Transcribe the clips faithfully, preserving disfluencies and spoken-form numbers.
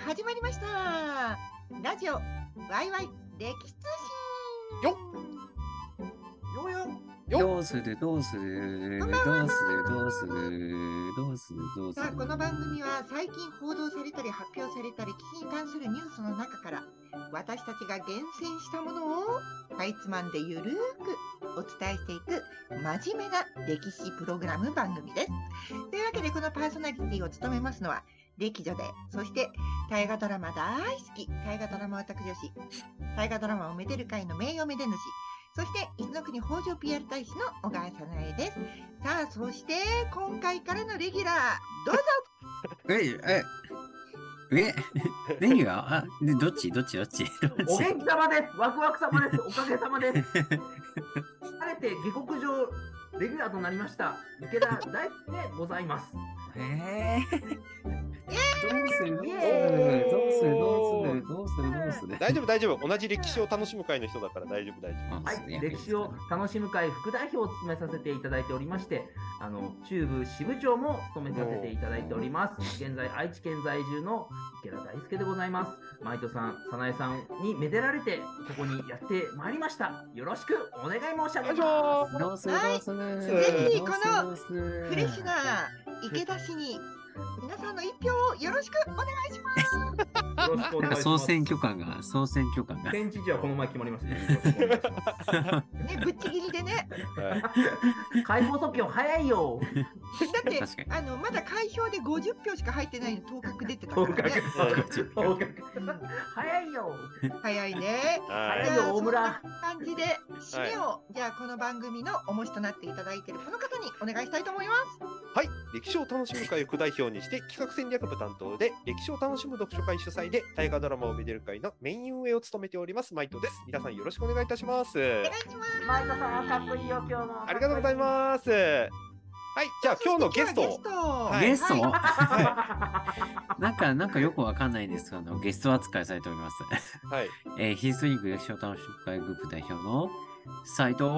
始まりました。ラジオワイワイ歴史通信よよよよどうするどうするどうするどうするどうするどうする。 さあ、この番組は最近報道されたり発表されたり危機に関するニュースの中から私たちが厳選したものをかいつまんでゆるーくお伝えしていく真面目な歴史プログラム番組です。というわけで、このパーソナリティを務めますのは歴女で、そして大河ドラマ大好き大河ドラマオタク女子、大河ドラマをめでる会の名誉めで主、そして伊豆の国北条 ピーアール 大使の小川さなえです。さあ、そして今回からのレギュラー、どうぞ。 えええレギュラーあでどっちどっちどっちお元気様です。ワクワク様です。おかげさまです。晴れて下克上レギュラーとなりました池田大輔でございます。 えーどうするどうすイるエーイどうするどうするどうするどうする。 大丈夫大丈夫、同じ歴史を楽しむ会の人だから大丈夫大丈夫。 はい、歴史を楽しむ会副代表を務めさせていただいておりまして、あの中部支部長も務めさせていただいております。現在愛知県在住の池田大輔でございます。マイトさん、早苗さんにめでられてここにやってまいりました。よろしくお願い申し上げます。 どうするどうする。 ぜひこのどうするフレッシュな池田氏に皆さんの一票をよろしくお願いします。 よろしくお願いします。 総選挙感が総選挙感が。 県知事はこの前決まりましたね。よろしくお願いしますね、ぶっちぎりでね。 開放速票早いよ。 だって確かにあのまだ開票でごじゅっぴょうしか入ってないの当確出てたからね。 当確早いよ。 早いね。 はい早いよ大村。 そんな感じで締めを、じゃあこの番組のおもしとなっていただいているこの方にお願いしたいと思います。 はい、歴史を楽しむ会副代表にして企画戦略部担当で歴史を楽しむ読書会主催で大河ドラマをめでる会のメイン運営を務めておりますマイトです。皆さんよろしくお願いいたします。 お願いします。 マイトさんかっこいいよ今日も。 ありがとうございます。はい、じゃあ今日のゲストを。はいゲスト、 はなんか、なんかよくわかんないんですが、あのゲスト扱いされております。 い、はい、 えー、ヒストリック歴史を楽しむ会グループ代表の斉藤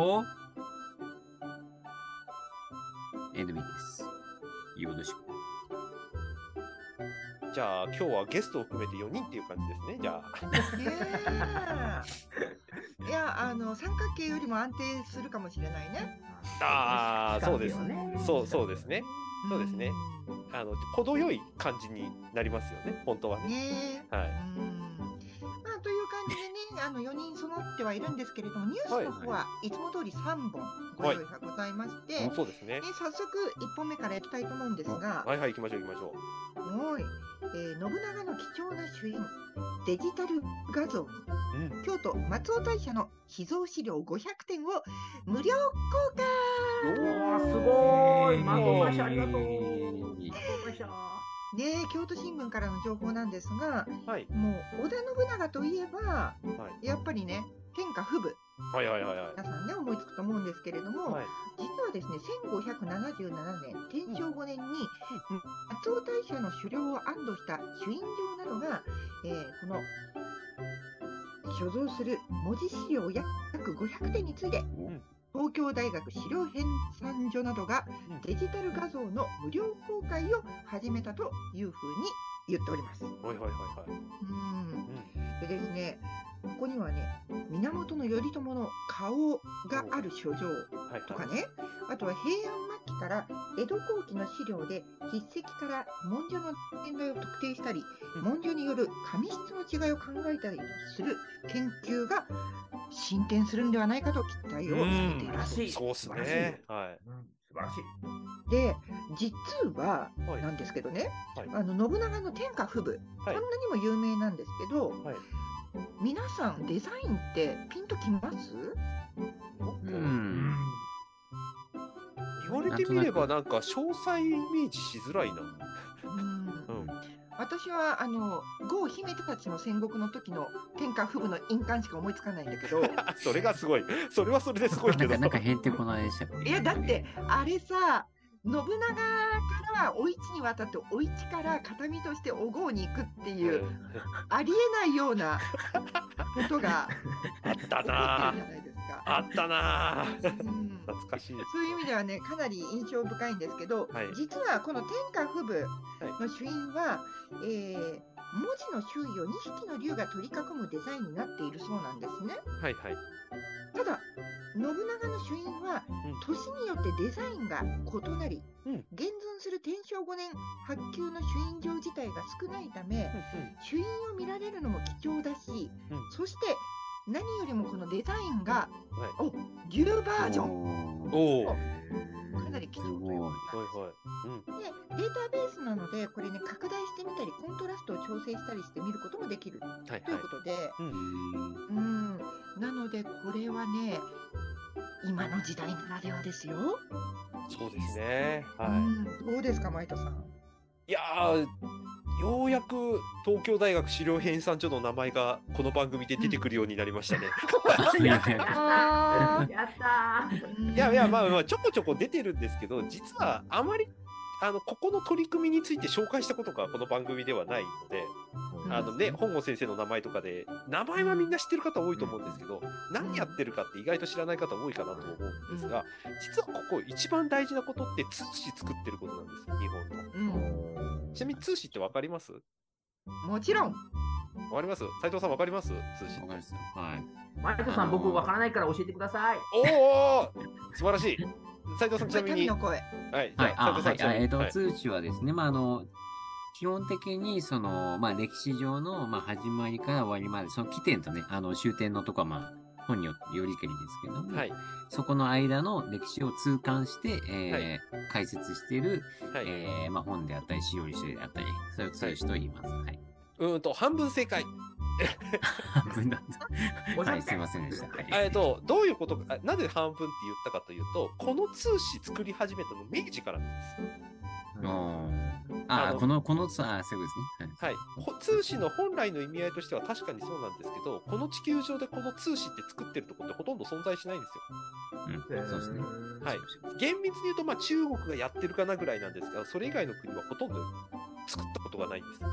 エヌビーです。よろしく。 じゃあ今日はゲストを含めてよにんっていう感じですね。じゃあ。いや、あの三角形よりも安定するかもしれないね。 あ。ああ、そうですね。 そうそうですね。そうですね。 うんあの程よい感じになりますよね。本当はね。 ねえ。 はい。 うんまあ、という感じでね、あのよにん揃ってはいるんですけれども、ニュースの方はいつも通りさんぼんご用意がございまして、 うんそうですね。 で早速いっぽんめからいきたいと思うんですが、 はいはい、行きましょう行きましょう。 はい、えー信長の貴重な朱印デジタル画像に、 うん。 京都松尾大社の秘蔵資料ごひゃくてんを無料公開。 おーすごい。松尾大社ありがとう。 えー松尾大社。 ねえ、京都新聞からの情報なんですが、 はいもう織田信長といえばはいやっぱりね、天下布武、 はいはいはいはい。 皆さんね思いつくと思うんですけれども、 はい。 実はですね、せんごひゃくななじゅうななねん天正ごねんに松尾大社の狩猟を安堵した朱印状などが、えーこの所蔵する文字資料約ごひゃくてんについて、 ん東京大学資料編纂所などがうんデジタル画像の無料公開を始めたというふうに言っております。 はいはいはいはい。 うんでですね、ここにはね、源頼朝の顔がある書状はいはい。 とかね、あとは平安末期から江戸後期の資料で筆跡から文書の年代を特定したり、 うん文書による紙質の違いを考えたりする研究が進展するんではないかと期待をされています。 うんそうっすね。はい。 うん素晴らしい。 で、実ははいなんですけどね、 はいあの信長の天下布武、 はいこんなにも有名なんですけど、 はい。 皆さんデザインってピンときます？ うん。 言われてみればなんか詳細イメージしづらいな。 うんうん。 私はあの郷姫たちの戦国の時の天下布武の印鑑しか思いつかないんだけどそれがすごい。それはそれですごいけど。 なんか、なんかへんてこないでしたよね。 いやだってあれさ、信長からお市に渡ってお市から形見としてお郷に行くっていううんありえないようなことがあった起こってるじゃなないですか。 あったなうん懐かしい。 そういう意味ではね、かなり印象深いんですけど、 はい実はこの天下布武の朱印は、えー文字の周囲をにひきの竜が取り囲むデザインになっているそうなんですね。 はいはい。 ただ、信長の朱印はうん年によってデザインが異なり、 うん現存する天正ごねん発給の朱印状自体が少ないため、朱印を見られるのも貴重だし、 うんそして何よりもこのデザインが、 うん。 お竜バージョン、 おお。はかなり貴重ということいなんです。 はい。 で、データベースなので、これね、拡大してみたり、コントラストを調整したりして見ることもできるうん。はいというはことで、 い。うん。 うん、なので、これはね、今の時代ならではですよ。 そうですね。はうん、どうですか、マイトさん。 い。いやー、ようやく東京大学資料編纂所の名前がこの番組で出てくるようになりましたね。 やったー。 いやいや、まあまあ、ちょこちょこ出てるんですけど、実はあまり、あの、ここの取り組みについて紹介したことがこの番組ではないので、あのね、本郷先生の名前とかで、名前はみんな知ってる方多いと思うんですけど、何やってるかって意外と知らない方多いかなと思うんですが、実はここ一番大事なことって通詞作ってることなんですよ、日本の。 うん、 ちなみに通詞ってわかります？わもちろん。 かります？斉藤さんわかります？通詞。 わかりますよ。はい。 マイトさん、僕わからないから教えてください。 おお素晴らしい。斉藤さんちこなみに。はい。 れ神の声。 じはい、 ゃあ、 あ、 斉藤さんちなはい、えっ、と、 みにはい通知はですね、まあ、あの、基本的に、その、まあ、歴史上の、まあ、始まりから終わりまで、その起点とね、あの、終点のとこは、まあ、本によってよりけりですけども、 はい。 そこの間の歴史を痛感して、えーは解説している、 はい。 えーまあ、本であったり、資料履修であったり、それを通詞と言います。はい。 うーんと、半分正解。 半分だおっしゃってはい、すいませんでした。はい。 えっと、どういうことか、あなぜ半分って言ったかというと、この通詞作り始めたの明治からなんです。 おーあのあこの、この、あ、そういうことですね。 はい、ほ通詞の本来の意味合いとしては確かにそうなんですけど、この地球上でこの通詞って作ってるところってほとんど存在しないんですよ。 うん、そうですね。 はい、厳密に言うと、まあ、中国がやってるかなぐらいなんですが、それ以外の国はほとんど作ったことがないんです。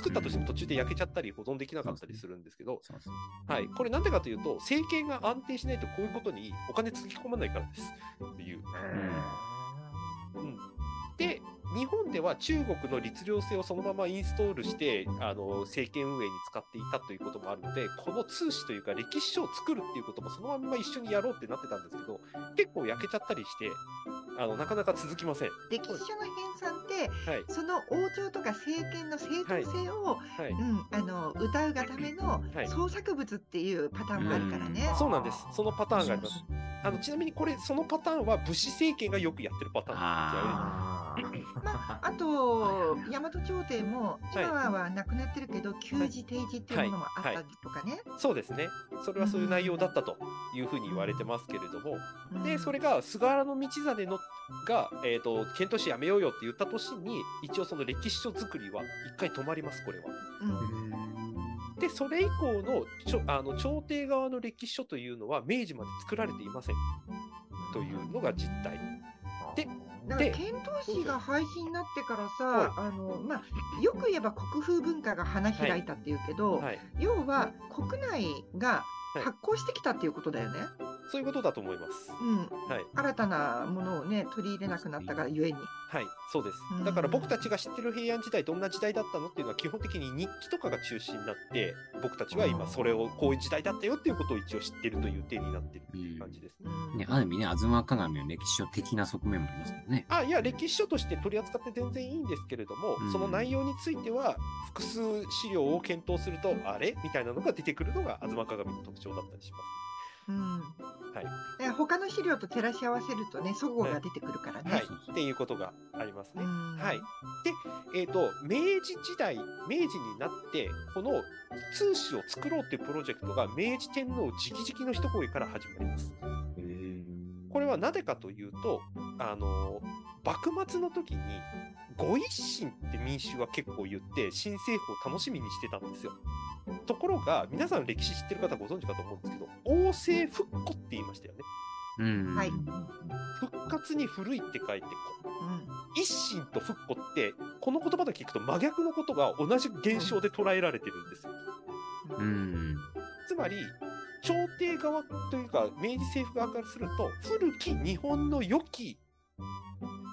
作ったとしても途中で焼けちゃったり保存できなかったりするんですけど、 そうそう。 はい、これなんでかというと、政権が安定しないとこういうことにお金つぎ込まないからですっていう。うん、で、日本では中国の律令制をそのままインストールしてあの政権運営に使っていたということもあるので、この通史というか歴史書を作るっていうこともそのまま一緒にやろうってなってたんですけど、結構焼けちゃったりしてあのなかなか続きません。 歴史書の編纂ってはいその王朝とか政権の正当性を、 はい、 うん、あの歌うがためのはい創作物っていうパターンもあるからね。 そうなんです。そのパターンがあります。あのちなみにこれそのパターンは武士政権がよくやってるパターンあまあ、あと大和朝廷も今はなくなってるけど、旧字定字っていうものもあったりとかね。 そうですね。それはそういう内容だったというふうに言われてますけれども、 うんでそれが菅原道真のが、えー、と遣唐使やめようよって言った年に一応その歴史書作りは一回止まります、これは。 うんでそれ以降のちょあの朝廷側の歴史書というのは明治まで作られていませんというのが実態で、 だから遣唐使が廃止になってからさ、あのまあ、よく言えば国風文化が花開いたっていうけど、 はい、 要は国内がはい発行してきたっていうことだよね。 そういうことだと思います。 うん、 はい、 新たなものをね取り入れなくなったがゆえに。 はい、そうですうん。 だから僕たちが知ってる平安時代どんな時代だったのっていうのは基本的に日記とかが中心になって、僕たちは今それをこういう時代だったよっていうことを一応知ってるという点になってるっていう感じですね。 うんね、ある意味ね、吾妻鏡の歴史書的な側面もありますけどね。 あいや歴史書として取り扱って全然いいんですけれども、 うんその内容については複数資料を検討するとあれみたいなのが出てくるのが吾妻鏡の特徴だったりします。 うんはいで他の資料と照らし合わせるとね、齟齬が出てくるからね。 はい、っていうことがありますね。 うんはい。で、えっ、と、明治時代、明治になって、この通史を作ろうっていうプロジェクトが明治天皇直々の一声から始まります。これはなぜかというと、あの、幕末の時に、御一新って民衆は結構言って、新政府を楽しみにしてたんですよ。ところが、皆さん歴史知ってる方ご存知かと思うんですけど、王政復古って言いましたよね。 うん。 はい復活に古いって書いて、 うん一新と復古ってこの言葉で聞くと真逆のことが同じ現象で捉えられてるんですよ。 うん。 つまり朝廷側というか明治政府側からすると、古き日本の良き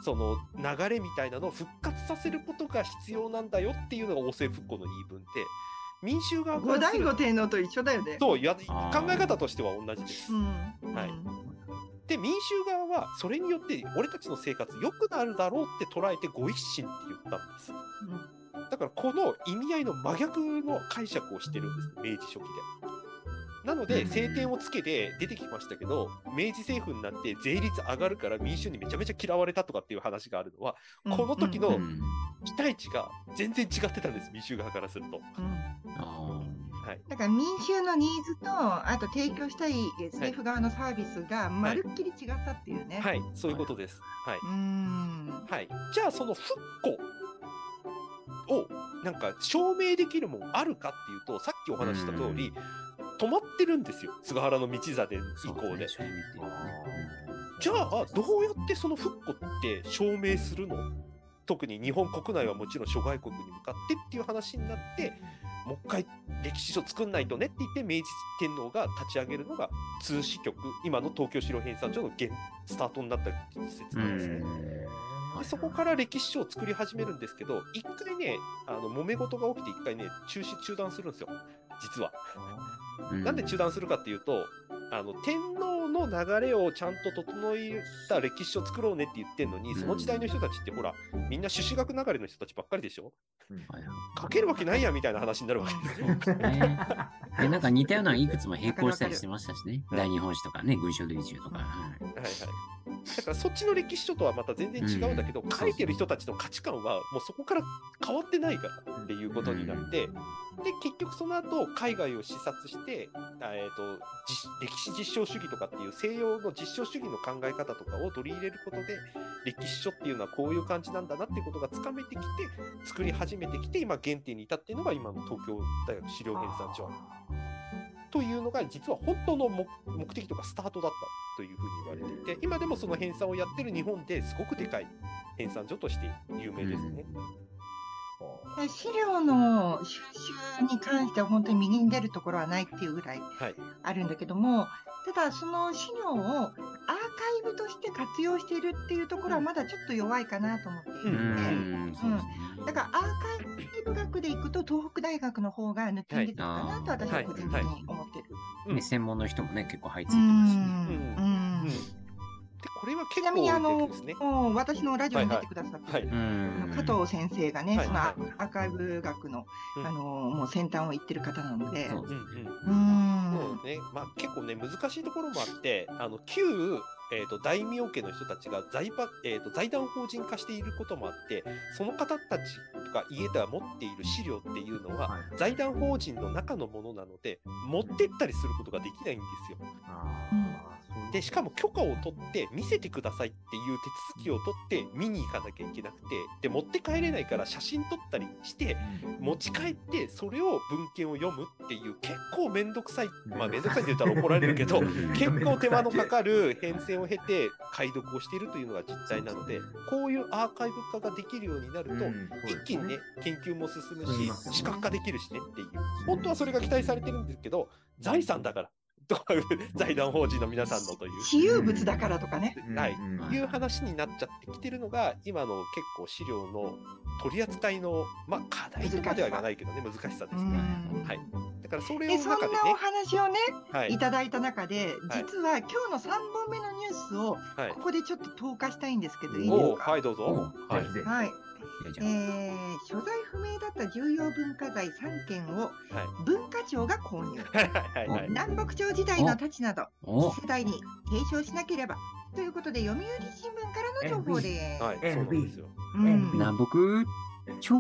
その流れみたいなのを復活させることが必要なんだよっていうのが王政復古の言い分で、民衆側か後らする醍醐天皇と一緒だよね。 とや考あーえ方としては同じです。 うん。 はいうんで民衆側はそれによって俺たちの生活良くなるだろうって捉えてご一新って言ったんです。だからこの意味合いの真逆の解釈をしてるんです、明治初期で。なので、 うん青天をつけて出てきましたけど、明治政府になって税率上がるから民衆にめちゃめちゃ嫌われたとかっていう話があるのは、 うんこの時のうん期待値が全然違ってたんです、民衆側からすると。 うんあはい、 だから民衆のニーズと、あと提供したいえ政府側のサービスがまるっきり違ったっていうね。 はい、そういうことです。はい。 うーん。 はい。じゃあ、その復古をなんか証明できるもんあるかっていうと、さっきお話しした通り、止まってるんですよ、菅原道真以降で。 そうねじゃあ、どうやってその復古って証明するの？特に日本国内はもちろん諸外国に向かってっていう話になって、もう一回歴史書作んないとねって言って明治天皇が立ち上げるのが通史局、今の東京資料編纂所の現スタートになった説なんですね。でそこから歴史書を作り始めるんですけど、一回ね、あの揉め事が起きて一回ね、中止中断するんですよ、実は。なんで中断するかっていうと、あの天皇の流れをちゃんと整えた歴史書を作ろうねって言ってんのに、その時代の人たちってほら、みんな朱子学流れの人たちばっかりでしょ。書けるわけないやみたいな話になるわけですよ。 ねでなんか似たようなのいくつも並行したりしてましたしね。大日本史とかね、群書類中とか。はいはいはい。だからそっちの歴史書とはまた全然違うんだけど、 うん書いてる人たちの価値観はもうそこから変わってないからっていうことになって、で結局その後海外を視察して、えー、と実歴史実証主義とかっていう西洋の実証主義の考え方とかを取り入れることで、歴史書っていうのはこういう感じなんだなっていうことがつかめてきて、作り始めてきて、今原点に至っているのが今の東京大学資料編纂所というのが実は本当の 目, 目的とかスタートだったというふうに言われていて、今でもその編纂をやってる日本ですごくでかい編纂所として有名ですね。 資料の収集に関しては本当に右に出るところはないっていうぐらいはい、 あるんだけども、ただその資料をアーカイブとして活用しているっていうところはまだちょっと弱いかなと思っているうので、 んそうですねだからアーカイブ学でいくと東北大学の方が抜きんでたかなと私は個人的に思ってる。 うんね専門の人もね、結構入っつういてますしね。 んうんうんでこれは結ちなみにあの構ですね。 もう私のラジオに出てくださってはいるうん加藤先生がね、 はいそのアーカイブ学の、 うんあのもう先端を行ってる方なので、 そううんうんうーんそうね、まあ、結構ね難しいところもあって、あの旧、えー、と大名家の人たちが財閥、えー、と財団法人化していることもあって、その方たちとか家では持っている資料っていうのは、 はい財団法人の中のものなので持ってったりすることができないんですよ。 あうんーそういうでしかも許可を取って見せてくださいっていう手続きを取って見に行かなきゃいけなくて、で持って帰れないから写真撮ったりして持ち帰ってそれを文献を読むっていう結構めんどくさい、まあめんどくさいって言ったら怒られるけど結構手間のかかる変遷を経て解読をしているというのが実態なので、こういうアーカイブ化ができるようになると、 うんそうです一気にね研究も進む進みますよねし視覚化できるしねっていう、本当はそれが期待されてるんですけど、財産だからとかいう財団法人の皆さんのという私有物だからとかね。 はいうんいう話になっちゃってきてるのが今の結構資料の取り扱いの、まあ、課題とまではいかないけどね、難しさですうね。 んはい、だからそれでそんなを中でねお、話をね、 はいいただいた中で、 はい実は今日のさんぼんめのニュースをはいここでちょっと投下したいんですけど、いいおですか？ うはいどうぞ。 おうはいぜひぜひはい、 いやじゃあえー、所在不明だった重要文化財さんけんをはい文化庁が購入。 はいはいはいはい南北朝時代の太刀などお次世代に継承しなければということで読売新聞からの情報です。 はい、そうなんですよ。 うん南北超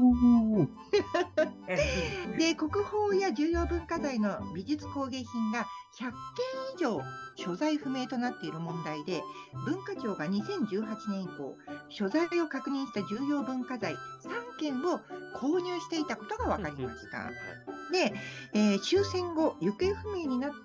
で国宝や重要文化財の美術工芸品がひゃっけん以上所在不明となっている問題で、文化庁がにせんじゅうはちねん以降所在を確認した重要文化財さんけんを購入していたことが分かりました。で、えー終戦後行方不明になった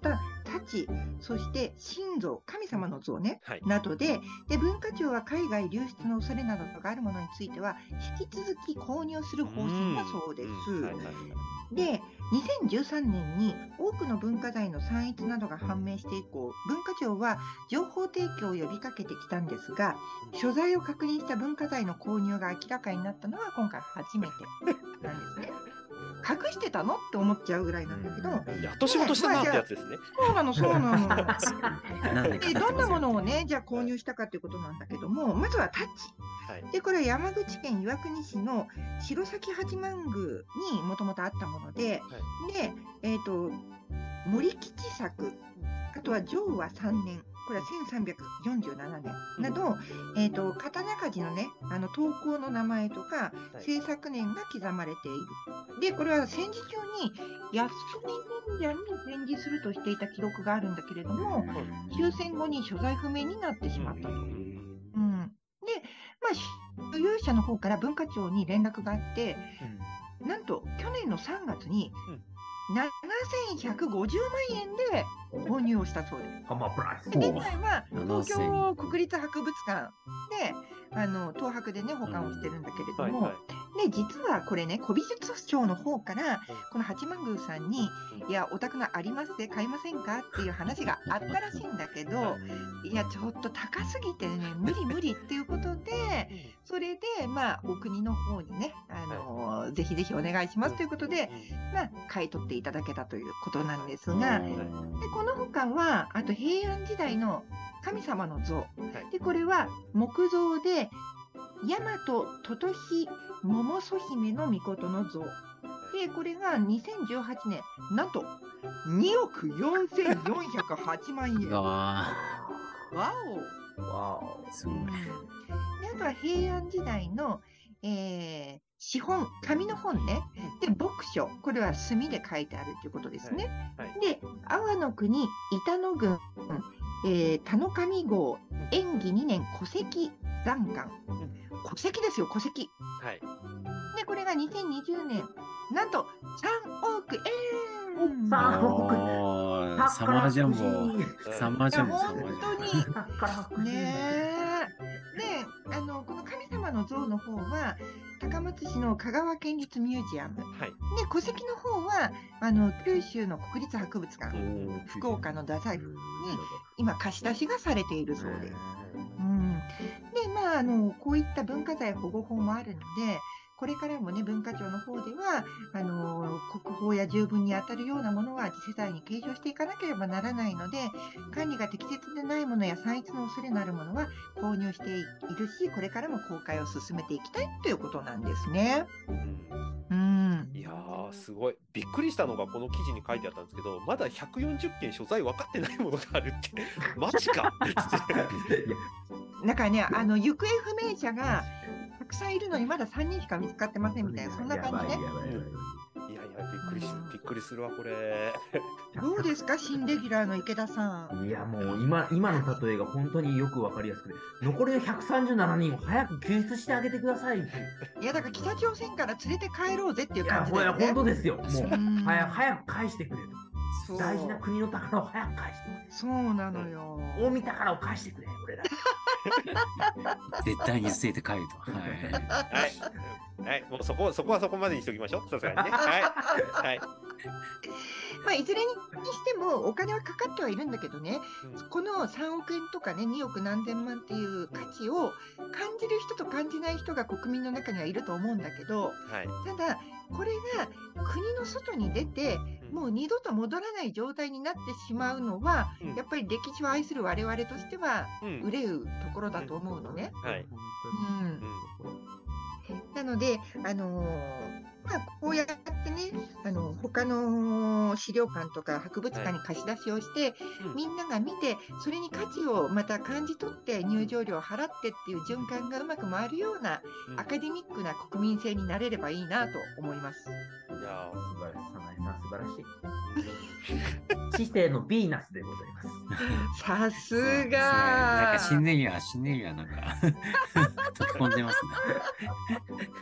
太刀、そして神像、神様の像ね、 はい。 などで、で、文化庁は海外流出の恐れなどがあるものについては、引き続き購入する方針だそうです。 うんはいはいはいで、にせんじゅうさんねんに多くの文化財の散逸などが判明して以降、文化庁は情報提供を呼びかけてきたんですが、所在を確認した文化財の購入が明らかになったのは今回初めてなんですね。隠してたのって思っちゃうぐらいなんだけど、 やっと仕事したなってやつですね。 そうなの、そうなの。 なんでで、どんなものをね、じゃあ購入したかということなんだけども、まずはタッチ。 はい。 で、これは山口県岩国市の白崎八幡宮にもともとあったもので、で、えっ、と、森吉作、あとは昭和さんねん、これはせんさんびゃくよんじゅうななねんなど、えっ、と、刀鍛冶のね、あの、投稿の名前とか、 はい制作年が刻まれている。で、これは戦時中に靖国神社に展示するとしていた記録があるんだけれども、終戦後に所在不明になってしまったと。うん、で、まあ、所有者の方から文化庁に連絡があって、なんと去年のさんがつにななせんひゃくごじゅうまんえんで購入をしたそうです。 ハマプライス。 で現在は東ななせん京国立博物館で、あの東博でね、保管をしてるんだけれども、 はいはい。 で実はこれね、古美術商の方からこの八幡宮さんに、いや、お宅のありますで買いませんかっていう話があったらしいんだけど、いや、ちょっと高すぎてね、無理無理っていうことで、それで、まあ、お国の方にね、あのぜひぜひお願いしますということで、まあ、買い取っていただけたということなんですが、でこの他は、あと平安時代の神様の像。で、これは木造で、大和ととひ桃曽姫の御事の像。で、これがにせんじゅうはちねん、なんとにおくよんせんよんひゃくはちまんえん。 うわわお。 わーすごい。 で、あとは平安時代の、えー、紙本、紙の本ね。で、墨書。これは墨で書いてあるということですね。 はいはいで、阿波の国、板野郡、えー、田野上郷、延義にねん戸籍残館。戸籍ですよ、戸籍。 はい。 で、これがにせんにじゅうねん、なんとさんおくえん。 さんおくおーサマージャンボ。サマーいや、 ジャンボ。サ本マージャンボ当に。 宝くじ。 ねえ。で、あの、この神様の像の方は、高松市の香川県立ミュージアム。 はい。 で、戸籍の方は、あの、九州の国立博物館、福岡の太宰府に今貸し出しがされているそうです。うん。で、まあ、あの、こういった文化財保護法もあるので、これからもね、文化庁の方では、あの、国宝や十分に当たるようなものは次世代に継承していかなければならないので、管理が適切でないものや散逸の恐れのあるものは購入しているし、これからも公開を進めていきたいということなんですね。 うんうん。 いやー、すごい。びっくりしたのがこの記事に書いてあったんですけど、まだひゃくよんじゅっけん所在分かってないものがあるって、マジかって言ってだからね、あの、行方不明者がたくさんいるのにまださんにんしか見つかってませんみたいな、そんな感じね。 やばいやばいやばいいやいや、びっくりし、びっくりするわ、これ。 どうですか、新レギュラーの池田さん。 いやもう今今の例えが本当によくわかりやすくて、残りのひゃくさんじゅうななにんを早く救出してあげてください。いいや、だから北朝鮮から連れて帰ろうぜっていうや感じだよね。 これ本当ですよ。もううん早早く返してくれと。 そう大事な国の宝を早く返してくれ。 そうなのよ。 大見宝を返してくれ、俺ら。 絶対に捨てて帰ると。はい。 はい。はい。もうそこ、そこはそこまでにしておきましょう。さすがにね。はい。はい。 まあ、いずれにしてもお金はかかってはいるんだけどね、 うんこのさんおくえんとかね、におく何千万っていう価値を感じる人と感じない人が国民の中にはいると思うんだけど、 はい。 ただ、これが国の外に出て、もう二度と戻らない状態になってしまうのは、 うんやっぱり歴史を愛する我々としては、 うん。 憂うところだと思うのね。 はい。 うんうん。 なので、あのーまあ、こうやってね、あの他の資料館とか博物館に貸し出しをして、 うんみんなが見て、それに価値をまた感じ取って入場料を払ってっていう循環がうまく回るようなうんアカデミックな国民性になれればいいなと思います。 いや素晴らしい。早苗さん素晴らしい。知性のヴィーナスでございます。 さすなんがか新ネギは、新ネギはなんか、溶け込んでますね。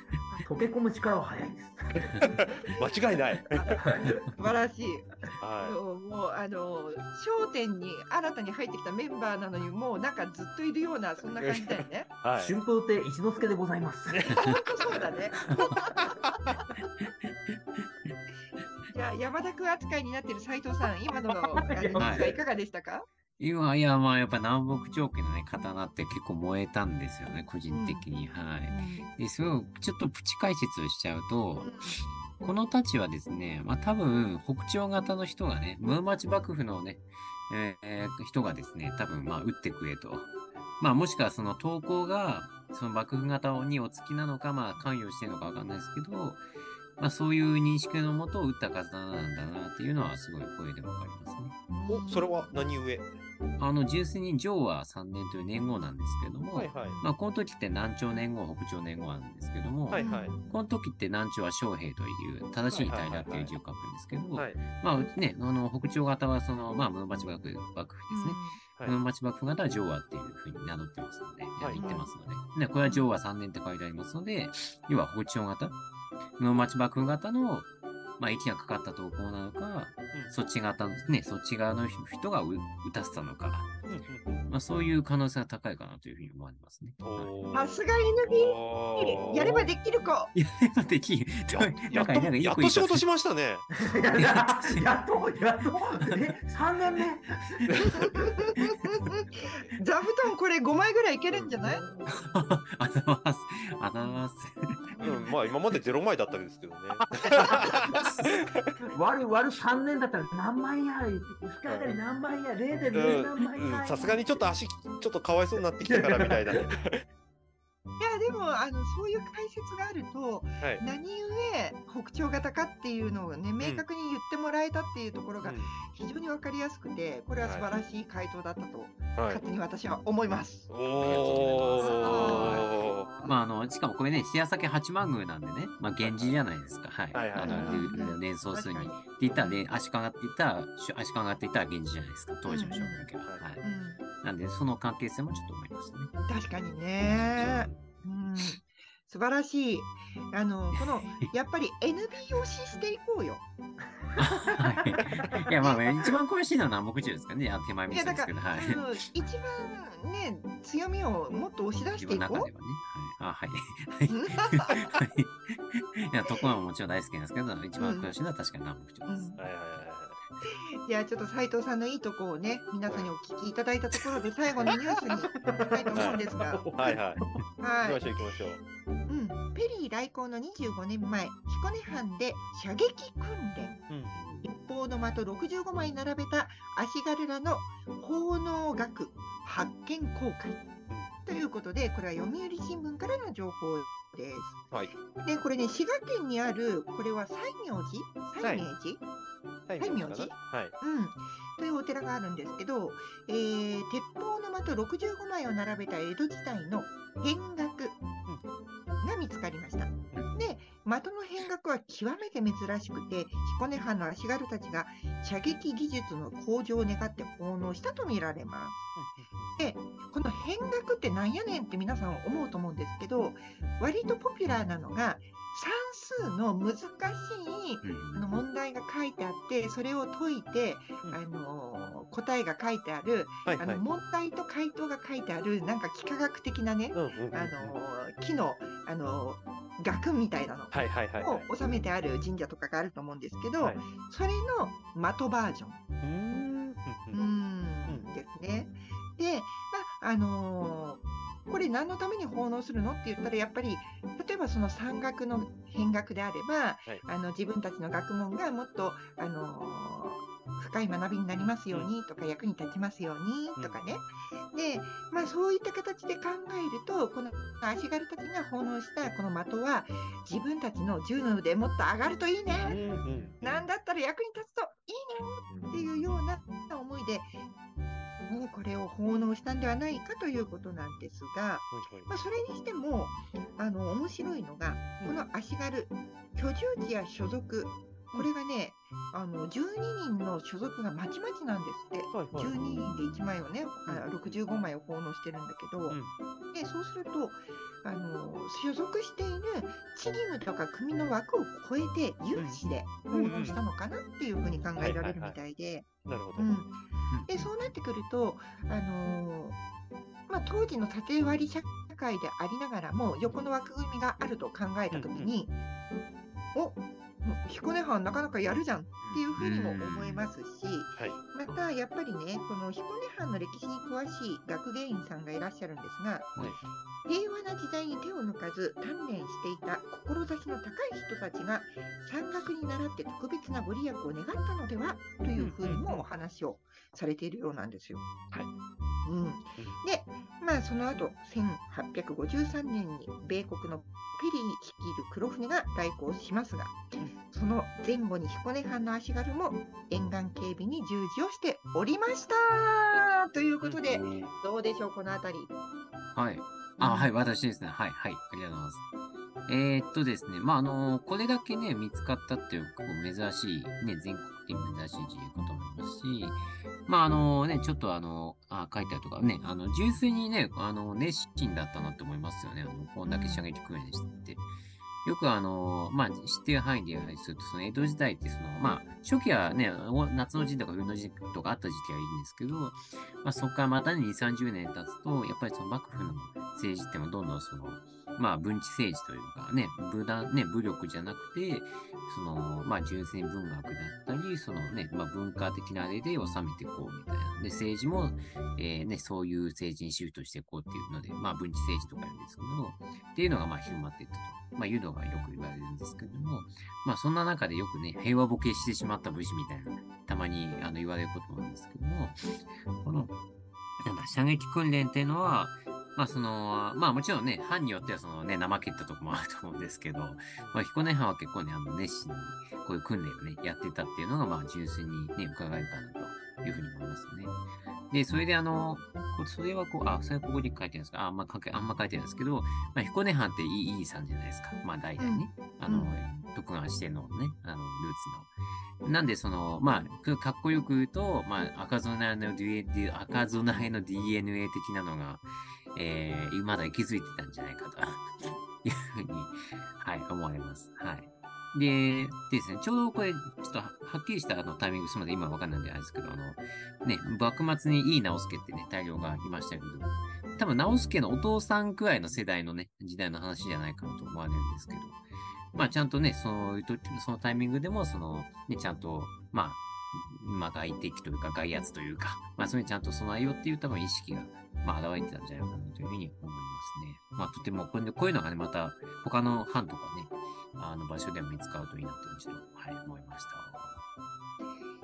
溶け込む力は早いです。 間違いない。 素晴らしい。 はもうあの商店に新たに入ってきたメンバーなのにもうなんかずっといるようなそんな感じだよね。 い。はい。 春風亭一之輔でございます。 本当そうだね。じゃあ山田君扱いになっている斉藤さん、今のあのニュースはいかがでしたか？ いやいや、まあやっぱ南北朝家のね、刀って結構燃えたんですよね、個人的に。はい。で、それをちょっとプチ解説をしちゃうと、この太刀はですね、まあ多分北朝型の人がね、室町幕府のね、えー人がですね、多分まあ撃ってくれと。まあもしくはその投稿が、その幕府型にお付きなのか、まあ関与してるのかわかんないですけど、まあそういう認識のもと撃った刀なんだなっていうのはすごい声でわかりますね。 お、それは何故？ あの、純粋に浄和さんねんという年号なんですけども、 はいはい。 まあ、この時って南朝年号、北朝年号なんですけども、 はいはい。 この時って南朝は昌平という正しい平っていう字を書くんですけど、 はい。 まあね、あの、北朝型はその、まあ、室町幕府幕府ですね。 はい室町幕府型は浄和っていうふうに名乗ってますので、 はい言ってますので、ね、これは浄和さんねんって書いてありますので、要は北朝型、室町幕府型の、まあ、息がかかった投稿なのか、 うんそっち型のね、そっち側の人がう打たせたのか、 うんうんうん。 まあ、そういう可能性が高いかなというふうに思われますね。 おーさすが エヌビーエル、やればできる子。 いや、でもできる。 やなんか、なんかやっよくと仕事しまましたね。 やややっと、やっと、え、さんねんめ座布団これごまいぐらいいけるんじゃない？ あざます。あざます。 うん、まあ今までゼロまいだったわけですけどね。 割る割るさんねんだったら何万や、いちかいあたり何万や、れいてんゼロ何万や。 うんさすがにちょっと足、ちょっとかわいそうになってきたからみたいな。はいやでもあのそういう解説があるとい。 何故北朝型かっていうのをね明確に言ってもらえたっていうところが非常に分かりやすくて、これは素晴らしい回答だったとはい勝。手に私は思います。 おー。 まあ、あの、しかもこれね、シアサケ八幡宮なんでね、まあ、源氏じゃないですか。はい。 はいはいはいあの、 うんで連想するに。って確か言ったらね、足利って言ったら、し足利って言ったら源氏じゃないですか。当時の将軍家は。 うんはい。 うん、 なんで、その関係性もちょっと思いましたね。 確かにね、うん、素晴らしい。あのこのやっぱり エヌビー を推ししていこうよ。 はい。いや、まあ、まあ一番詳しいのは南北朝ですからね。あ手前いやだから、 味噌ですけど、はい。 あの一番ね強みをもっと押し出自していこ分の中ではね。はい。あ、はい。はい。はい。いや、ところももちろん大好きなんですけど、一番詳しいのは確かに南北朝です。 うんはいはいはいはい。 じゃあちょっと斉藤さんのいいとこをね皆さんにお聞きいただいたところで最後のニュースに行きたいと思うんですが、 はいはい。行はい、 きましょう行きましょう。 うん、ペリー来航のにじゅうごねんまえ彦根藩で射撃訓練、 うん。 一方の的ろくじゅうごまい並べた足軽らの奉納学発見公開ということで、これは読売新聞からの情報です。 はい。 でこれね滋賀県にあるこれは西明寺西明寺、 はい。 西明寺はい。 うん、というお寺があるんですけど、えー鉄砲の的ろくじゅうごまいを並べた江戸時代の変額が見つかりました。で、的の変額は極めて珍しくて、彦根藩の足軽たちが射撃技術の向上を願って奉納したとみられます。で、この変額ってなんやねんって皆さん思うと思うんですけど、割とポピュラーなのが算数の難しいあの問題が書いてあって、それを解いて、 うんあのー答えが書いてある、 はいはい。 あの問題と回答が書いてあるなんか幾何学的なね、 うんうんうんうん。 あのー木の、あのー額みたいなのはいはいはいはい。 を収めてある神社とかがあると思うんですけど、 はいそれの的バージョン。 うーん。 うーんですね。で、まああのーこれ何のために奉納するのって言ったらやっぱり例えばその山岳の変額であれば、 はいあの自分たちの学問がもっと、あのー深い学びになりますようにとか、役に立ちますようにとかね、で、まあ、そういった形で考えるとこの足軽たちが奉納したこの的は自分たちの銃の腕もっと上がるといいね、 うんうん。 なんだったら役に立つといいねっていうような思いで、ね、これを奉納したんではないかということなんですが、 はいはいまあ、それにしてもあの面白いのが、この足軽居住地や所属これがね、あのじゅうににんの所属がまちまちなんですって。 はいはいじゅうににんでいちまいをね、あろくじゅうごまいを奉納してるんだけど、 うんでそうするとあの所属しているチームとか組の枠を超えて有志で奉納したのかなっていうふうに考えられるみたいで、 なるほど。 うん、でそうなってくると、あのまあ、当時の縦割り社会でありながらも横の枠組みがあると考えたときに、お彦根藩なかなかやるじゃんっていうふうにも思えますし、 はい。 またやっぱりね、この彦根藩の歴史に詳しい学芸員さんがいらっしゃるんですが、 はい平和な時代に手を抜かず鍛錬していた志の高い人たちが山岳に倣って特別なご利益を願ったのではというふうにもお話をされているようなんですよ。 はい。 うん、で、まあその後せんはっぴゃくごじゅうさんねんに米国のペリー率いる黒船が来航しますが、その前後に彦根藩の足軽も沿岸警備に従事をしておりましたということで、どうでしょうこのあたり。 はい。あ、はい、私ですね。はい、はい。ありがとうございます。えー、っとですね、まあ、あのこれだけね、見つかったっていう、こう珍しい、ね、全国的に珍しいということもありますし、まあ、あのね、ちょっとあの、あ書いてあるとかね、あの、純粋にね、あの、熱心だったなって思いますよね。あの、こんだけ射撃訓練してて。よくあの、まあ、知っている範囲でやはりすると、その江戸時代ってその、まあ、初期はね、夏の陣とか冬の陣とかあった時期はいいんですけど、まあ、そこからまたね、にじゅう、さんじゅうねん経つと、やっぱりその幕府の政治ってもどんどんその、まあ、文治政治というかね、武断、ね、武力じゃなくて、その、まあ、純粋に文学だったり、そのね、まあ、文化的なあれで収めていこうみたいな。で、政治も、えー、ね、そういう政治にシフトしていこうっていうので、まあ、文治政治とか言うんですけど、っていうのがまあ広まっていったと。まあ、いうのがよく言われるんですけども、まあ、そんな中でよくね、平和ボケしてしまった武士みたいな、たまにあの言われることもあるんですけども、この、なんだ、射撃訓練っていうのは、まあその、まあもちろんね、藩によってはそのね、怠けたとこもあると思うんですけど、まあ彦根藩は結構ね、あの熱心にこういう訓練をね、やってたっていうのが、まあ純粋にね、伺えるかなというふうに思いますね。で、それであの、それはこう、あ、それはここに書いてるんですか、あ、あんま書け、あんま書いてるんですけど、まあ彦根藩っていい、いいさんじゃないですか。まあ代々ね、うん、あの、徳川四天王のね、あの、ルーツの。なんで、その、まあ、かっこよく言うと、まあ、赤備えの ディーエヌエー、赤備えの ディーエヌエー 的なのが、えー、まだ息づいてたんじゃないかというふうに、はい、思われます。はい。で、ですね、ちょうどこれ、ちょっとはっきりしたあのタイミング、すみません、今わかんないんであれですけど、あの、ね、幕末にいい直輔ってね、大量がいましたけど、多分直輔のお父さんくらいの世代のね、時代の話じゃないかなと思われるんですけど、まあ、ちゃんとね、そういう時、そのタイミングでも、その、ね、ちゃんと、まあ、まあ、外敵というか、外圧というか、まあ、それにちゃんと備えようっていう多分意識が、まあ、現れてたんじゃないかなというふうに思いますね。まあ、とても、これこういうのがね、また、他の藩とかね、あの場所でも見つかるといいなというふうにちょっと、はい、思いました。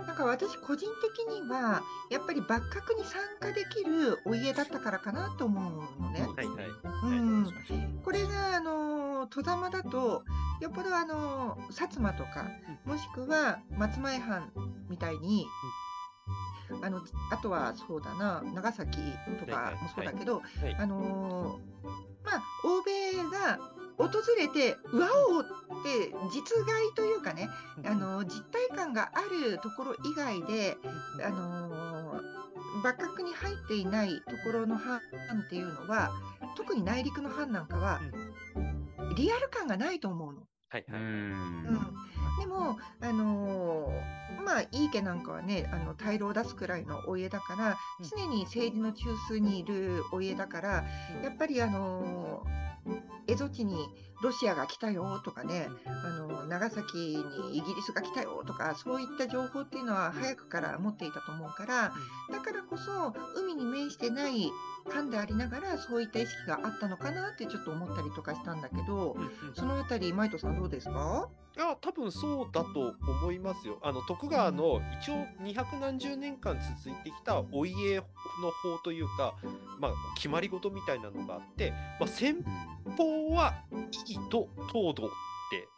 なんか私個人的にはやっぱり幕閣に参加できるお家だったからかなと思うのね。 はいはい。 うん、これがあの戸様だとよっぽどあの薩摩とかもしくは松前藩みたいに、あのあとはそうだな長崎とかもそうだけど、あのまあ欧米が訪れてうわおって実害というかね、あの実体感があるところ以外で、あの幕閣に入っていないところの藩っていうのは、特に内陸の藩なんかはリアル感がないと思うの。 はいはい。うんうんでも、あのー、まあ、井伊家なんかはね、あの大老を出すくらいのお家だから、常に政治の中枢にいるお家だから、やっぱり、あのー、蝦夷地にロシアが来たよとかね、あのー、長崎にイギリスが来たよとか、そういった情報っていうのは早くから持っていたと思うから、だからこそ、海に面してない藩でありながら、そういった意識があったのかなってちょっと思ったりとかしたんだけど、そのあたり、マイトさんどうですか？ いや、多分そうだと思いますよ。あの徳川の一応にひゃくなんじゅうねんかん続いてきたお家の法というか、まあ、決まり事みたいなのがあって、まあ、先方は異議と東堂って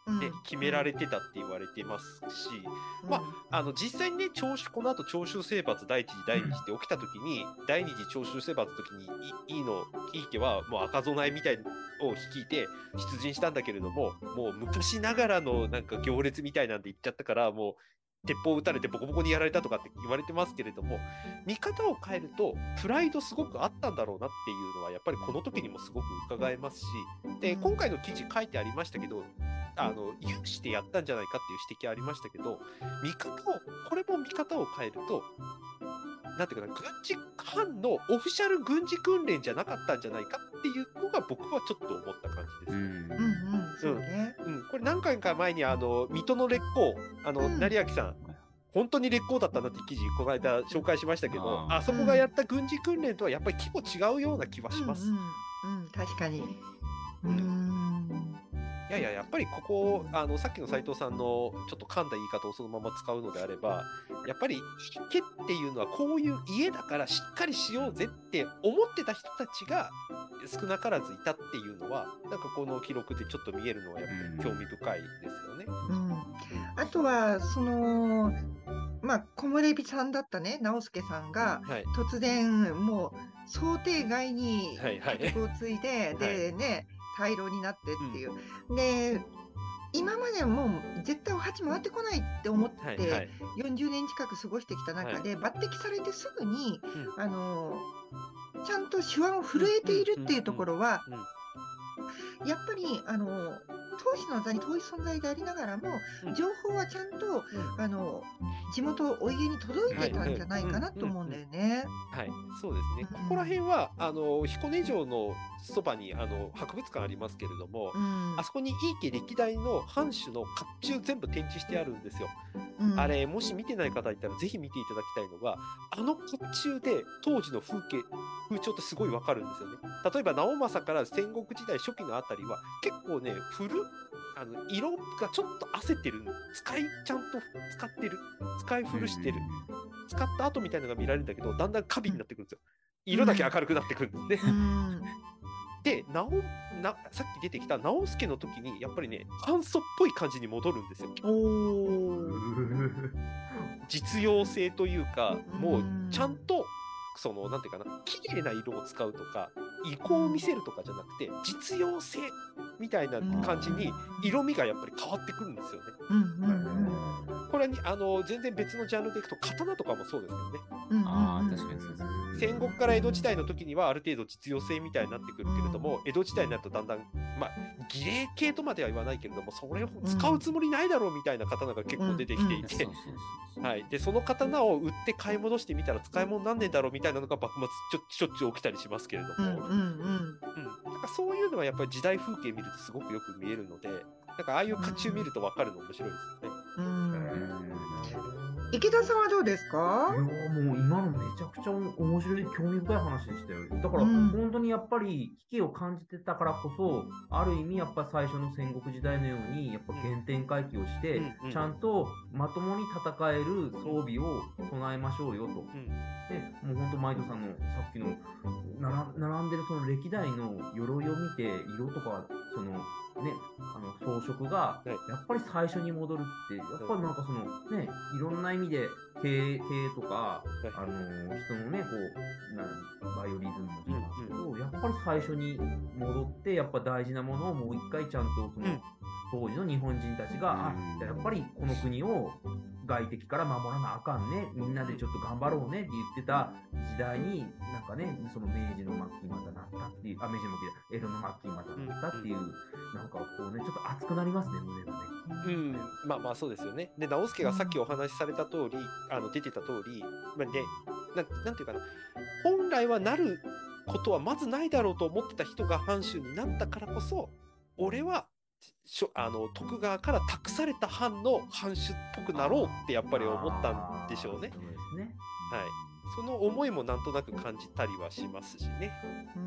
ね、決められてたって言われてますし、まあ、あの実際にね、長州この後長州征伐第一次第二次って起きた時に、第二次長州征伐の時にいいの井伊家はもう赤備えみたいを率いて出陣したんだけれども、もう昔ながらのなんか行列みたいなんで行っちゃったから、もう鉄砲撃たれてボコボコにやられたとかって言われてますけれども、見方を変えるとプライドすごくあったんだろうなっていうのはやっぱりこの時にもすごく伺えますし、で今回の記事書いてありましたけど、あの有志でやったんじゃないかっていう指摘ありましたけど、見方をこれも見方を変えると、なんていうかな、軍事班のオフィシャル軍事訓練じゃなかったんじゃないかっていうのが僕はちょっと思った感じです。 うんうんうんそうね。 うん、これ何回か前にあの水戸の烈公、あの、うん、成明さん、本当に烈公だったなって記事この間紹介しましたけど、あ, あそこがやった軍事訓練とはやっぱり規模違うような気はします。 うん、うんうん、確かに。うーんいやいや、やっぱりここ、あのさっきの斉藤さんのちょっと噛んだ言い方をそのまま使うのであれば、やっぱり家っていうのはこういう家だからしっかりしようぜって思ってた人たちが少なからずいたっていうのは、なんかこの記録でちょっと見えるのはやっぱり興味深いですよね。 うん、あとはそのまあ木漏れ日さんだったね直輔さんが、はい、突然もう想定外に曲を継いで、はいはい、でね大老になってっていう、うん、で今までもう絶対お鉢回ってこないって思ってよんじゅうねん近く過ごしてきた中で、はい、抜擢されてすぐに、うん、あのちゃんと手腕を震えているっていうところはやっぱりあの当時の座に遠い存在でありながらも、うん、情報はちゃんと、うん、あの地元お家に届いてたんじゃないかなと思うんだよね。 はい、そうですね。ここら辺はあの彦根城のそばにあの博物館ありますけれども、うん、あそこに井伊家歴代の藩主の甲冑全部展示してあるんですよ。うん、あれもし見てない方いたらぜひ見ていただきたいのが、あの甲冑で当時の風景風潮ってすごいわかるんですよね。例えば直政から戦国時代初期のあたりは結構ね古あの色がちょっと焦ってる、使いちゃんと使ってる、使い古してる、使った後みたいなのが見られるんだけど、だんだんカビになってくるんですよ。色だけ明るくなってくるんですね。で直なさっき出てきた直輔の時にやっぱりね簡素っぽい感じに戻るんですよ。お実用性というか、もうちゃんとそのなんていうかな、綺麗な色を使うとか意向を見せるとかじゃなくて実用性みたいな感じに色味がやっぱり変わってくるんですよね。これにあの全然別のジャンルでいくと刀とかもそうですよね。 ああ、確かにそうですね。 戦国から江戸時代の時にはある程度実用性みたいになってくるけれども、江戸時代になるとだんだんまあ儀礼系とまでは言わないけれども、それを使うつもりないだろうみたいな刀が結構出てきていて、はい、でその刀を売って買い戻してみたら使い物なんねえだろうみたいなのが幕末ちょしょっちゅう起きたりしますけれども、うんうんうんうん、なんかそういうのはやっぱり時代風景見るとすごくよく見えるので、なんかああいう甲冑見ると分かるの面白いですよね。うん池田さんはどうですか？ いやもう今のめちゃくちゃ面白い興味深い話でしたよ。だから、うん、本当にやっぱり危機を感じてたからこそ、ある意味やっぱ最初の戦国時代のようにやっぱ原点回帰をして、うん、ちゃんとまともに戦える装備を備えましょうよと。うん、でもう本当マイトさんのさっきの並んでるその歴代の鎧を見て色とかそのね、あの装飾がやっぱり最初に戻るって、やっぱりなんかそのね、いろんな意味で経営、経営とか、あの人のね、こう、なんバイオリズムもそうなんですけど、うんうん、やっぱり最初に戻って、やっぱ大事なものをもう一回ちゃんとその、うん、当時の日本人たちが、うん、あ、やっぱりこの国を外敵から守らなあかんね、みんなでちょっと頑張ろうねって言ってた時代に、なんかね、その明治の末期またなったっていう、あ、明治の末期、江戸の末期またなったっていう、うんうん、なんかこうね、ちょっと熱くなりますね、胸がね。 うん、まあまあそうですよね。で、直輔がさっきお話しされた通り、あの出てた通り、まあね、な、なんていうかな、本来はなることはまずないだろうと思ってた人が藩主になったからこそ、俺はあの徳川から託された藩の藩主っぽくなろうってやっぱり思ったんでしょうね。そうですね。はい。その思いもなんとなく感じたりはしますしね。 うん。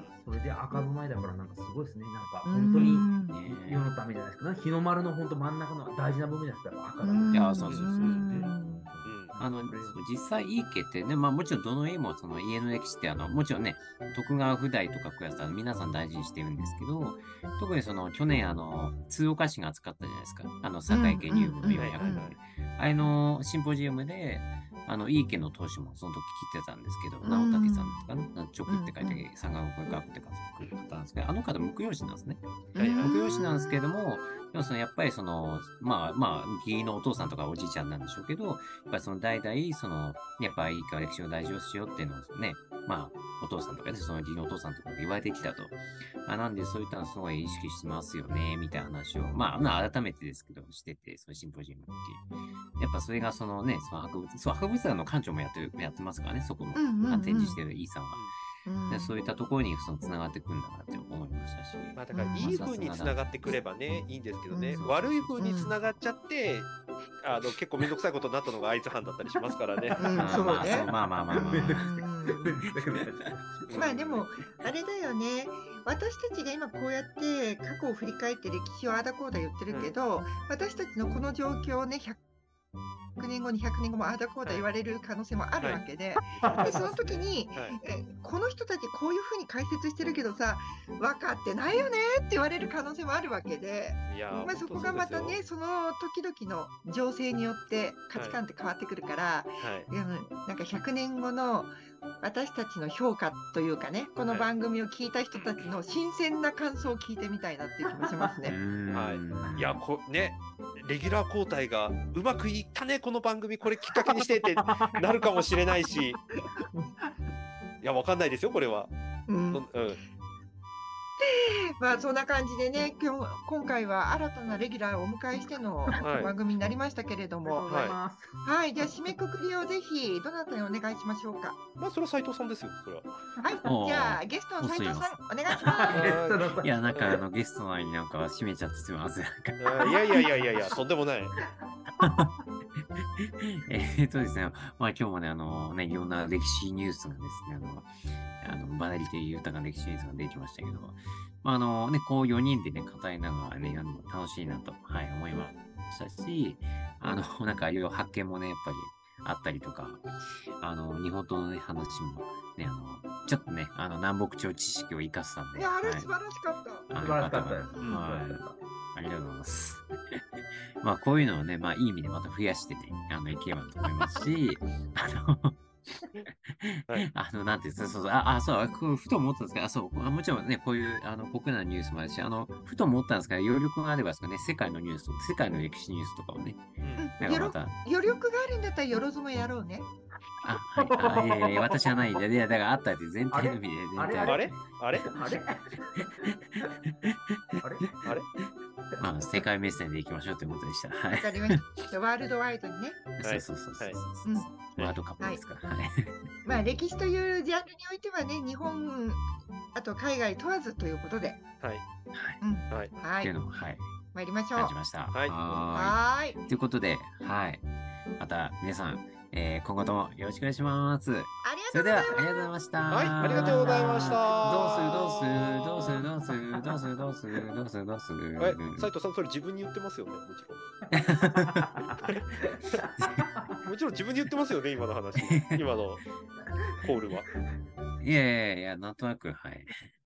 それで赤備えだからなんかすごいですね。なんか本当に、ね、世のためじゃないですかね。日の丸の本当真ん中の大事な部分じゃないですか。赤だ。 いや、そうそうそう。 うん。 あの、そう実際、井伊家ってね、まあもちろんどの家もその家の歴史って、あの、もちろんね、徳川譜代とかクラスター皆さん大事にしてるんですけど、特にその去年、あの、通岡市が扱ったじゃないですか。あの、堺家入部のよんひゃくうんうんうんねん。あれのシンポジウムで、あの、井伊家の当主もその時聞いてたんですけど、 うん直武さんですかね。直って書いて、三河国学って書く方なんですけど、あの方、婿養子なんですね。 はいはい婿養子なんですけども、でもそのやっぱりその、まあまあ、義理のお父さんとかおじいちゃんなんでしょうけど、やっぱりその代々、その、やっぱりいいか歴史を大事をしようっていうのをね、まあ、お父さんとかね、その義理のお父さんとかが言われてきたと。まあ、なんでそういったのすごい意識してますよね、みたいな話を、まあ、まあ、改めてですけど、してて、そのシンポジウムっていう。やっぱそれがそのね、その博物、そう、博物館の館長もやってる、やってますからね、そこの、 うんうんうん展示してるイーさんが。 うんでそういったところにその繋がってくるんだなって思いましたし。 まあだからうんいい風に繋がってくればね、いいんですけどね、 うん悪い風に繋がっちゃって、あの結構めんどくさいことになったのが会津藩だったりしますからね。 うんまあそうねまあそう、まあまあまあまあ。 うんまあでも、あれだよね。私たちが今こうやって過去を振り返って歴史をああだこうだ言ってるけど、私たちのこの状況をね、ひゃくねんご、にひゃくねんごもああだこうだ言われる可能性もあるわけで、でその時に、 はいえこの人たちこういうふうに解説してるけどさ、分かってないよねって言われる可能性もあるわけで、 いやーまあ、そこがまたね、その時々の情勢によって価値観って変わってくるから、 はいいやなんかひゃくねんごの私たちの評価というかね、この番組を聞いた人たちの新鮮な感想を聞いてみたいなっていう気もしますね。 はいいやこねレギュラー交代がうまくいったねこの番組これきっかけにしてってなるかもしれないしいやわかんないですよこれは、 うんそんうん、 まあそんな感じでね、今日今回は新たなレギュラーをお迎えしてのはい番組になりましたけれどありがとうも、 ございます。 はい、じゃあ締めくくりをぜひどなたにお願いしましょうか。 まあそれは斉藤さんですよそれは。 はい、 おーじゃあゲストの斉藤さんお願いします。 いや、なんかあのゲストの前になんか閉めちゃってすみません。なんかあーいやいやいやいやいやとんでもない。 えーっとですね、まあ今日もね、あのね、いろんな歴史ニュースがですね、あの、あのバラエティ豊かな歴史ニュースが出てきましたけど、まああのね、こうよにんでね、語りながらね、あの楽しいなと、はい、思いましたし、あの、なんかいろいろ発見もね、やっぱりあったりとか、あの、日本刀のね、話もね、あの、ちょっとね、あの、南北朝知識を生かしたんで、 いや、あれはい素晴らしかった。 あ素晴らしかったです。 うんはい素晴らしかったありがとうございます。まあ、こういうのをね、まあ、いい意味でまた増やしてね、あの、いければと思いますし、あの、 はいあの、なんていうんですか、そうそう、あ、あそう、こうふと思ったんですけど、あ、そう、あもちろんね、こういう、あの、国内のニュースもあるし、あの、ふと思ったんですけど、余力があればですかね、世界のニュースと、世界の歴史ニュースとかをね、 うんなんかまた、 余力があるんだったらよろずもやろうね。 あ、はい、あ、いやいやいや、私はない。いや、いやだからあったって全体の意味で、全体あれあれあれあれあれあれまあ、世界目線でいきましょうということでした。はいわ。かりました。ワールドワイドにね。 はいそうそうそうそうはいそうそう。ワールドカップですから。はい。 まあ歴史というジャンルにおいてはね、日本、あと海外問わずということで。 はいうん。 はいはい。 っていうのを、はい、 参りましょう。 感じました。 はいははーい。 ーい。ということで、はい。また皆さん、えー、今後ともよろしくお願いします。 ありそれでは、 がとうございます。 ありがとうございました。 はいありがとうございましたどうするどうするどうするどうするどうするどうするどうするどうするえ斉藤さんそれ自分に言ってますよねもちろんもちろん自分に言ってますよね今の話今のコールは。 いやいやいや、なんとなく、はい。